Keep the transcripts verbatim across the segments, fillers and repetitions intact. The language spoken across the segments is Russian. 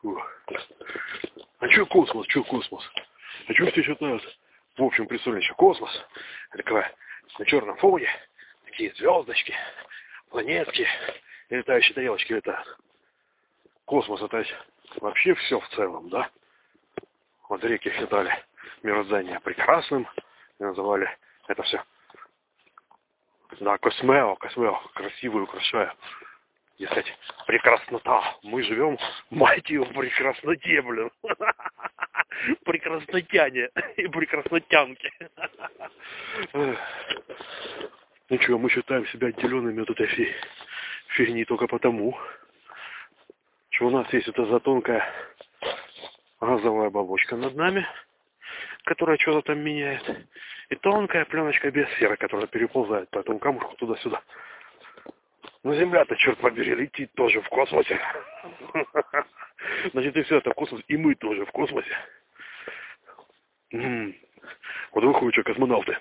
А что космос? Что космос? А что все считают? В общем, представляешь, космос. Такое на черном фоне. Такие звездочки, планетки, и летающие тарелочки летают. Космос это вообще все в целом, да? Вот реки считали мироздание прекрасным и называли это все. Да, космео, космео, красиво и украшая. Дескать, прекраснота. Мы живем, мать его, в прекрасноте, блин. Прекраснотяне и прекраснотянки. Ничего, мы считаем себя отделенными от этой фи фигни только потому, что у нас есть эта затонкая газовая оболочка над нами, которая что-то там меняет, и тонкая пленочка биосферы, которая переползает по этому камушку туда-сюда. Но Земля-то, черт побери, летит тоже в космосе. Значит, и все это в космосе, и мы тоже в космосе. М-м. Вот выходят, что космонавты.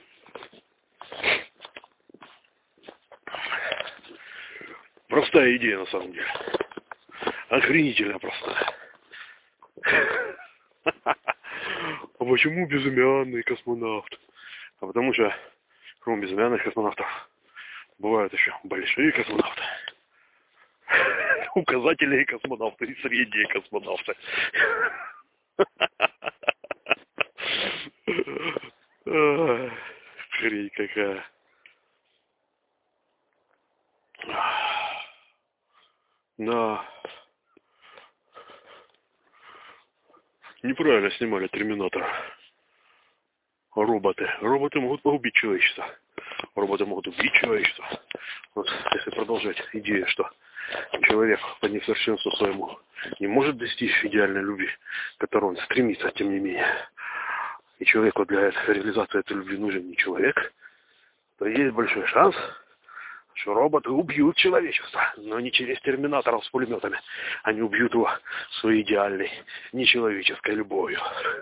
Простая идея, на самом деле. Охренительно простая. А почему безымянный космонавт? А потому что, кроме безымянных космонавтов, бывают еще большие космонавты, указательные космонавты и средние космонавты. Хрень какая. Да. Неправильно снимали Терминатора. Роботы. Роботы могут погубить человечество. Роботы могут убить человечество. Вот если продолжать идею, что человек по несовершенству своему не может достичь идеальной любви, к которой он стремится, тем не менее, и человеку для реализации этой любви нужен не человек, то есть большой шанс, что роботы убьют человечество, но не через терминаторов с пулеметами. Они убьют его своей идеальной, нечеловеческой любовью.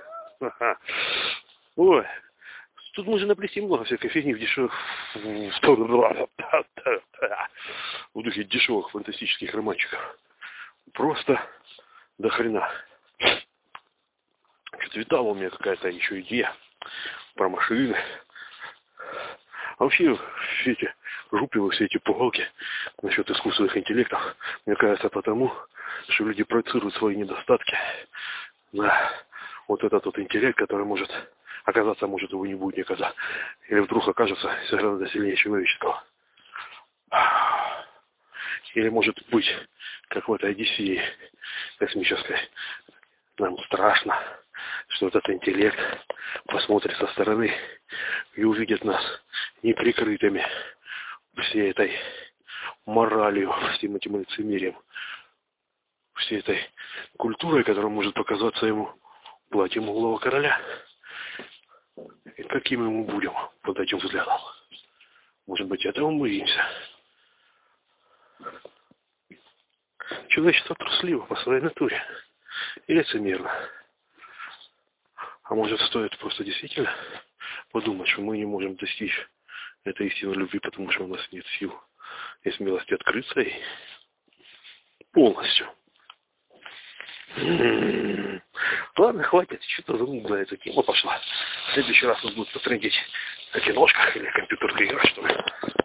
Ой, тут можно наплести много всякой фигни в дешевых... в духе дешевых фантастических романчиков. Просто до хрена. Что-то витала у меня какая-то еще идея про машины. А вообще все эти жупелы, все эти пугалки насчет искусственных интеллектов, мне кажется, потому, что люди проецируют свои недостатки на вот этот вот интеллект, который может оказаться, может его не будет никогда. Или вдруг окажется все гораздо сильнее человеческого. Или может быть, как в этой Одиссее космической, нам страшно, что этот интеллект посмотрит со стороны и увидит нас неприкрытыми всей этой моралью, всем этим лицемерием, всей этой культурой, которая может показаться ему платьем углового короля. И каким мы будем под этим взглядом? Может быть, этого мы боимся. Человечество трусливо по своей натуре и лицемерно. А может, стоит просто действительно подумать, что мы не можем достичь этой истинной любви, потому что у нас нет сил и смелости открыться ей полностью. М-м-м. Ладно, хватит, что-то занудная эта тема пошла. В следующий раз нас будут потрендить о киношках или компьютерных играх, что ли.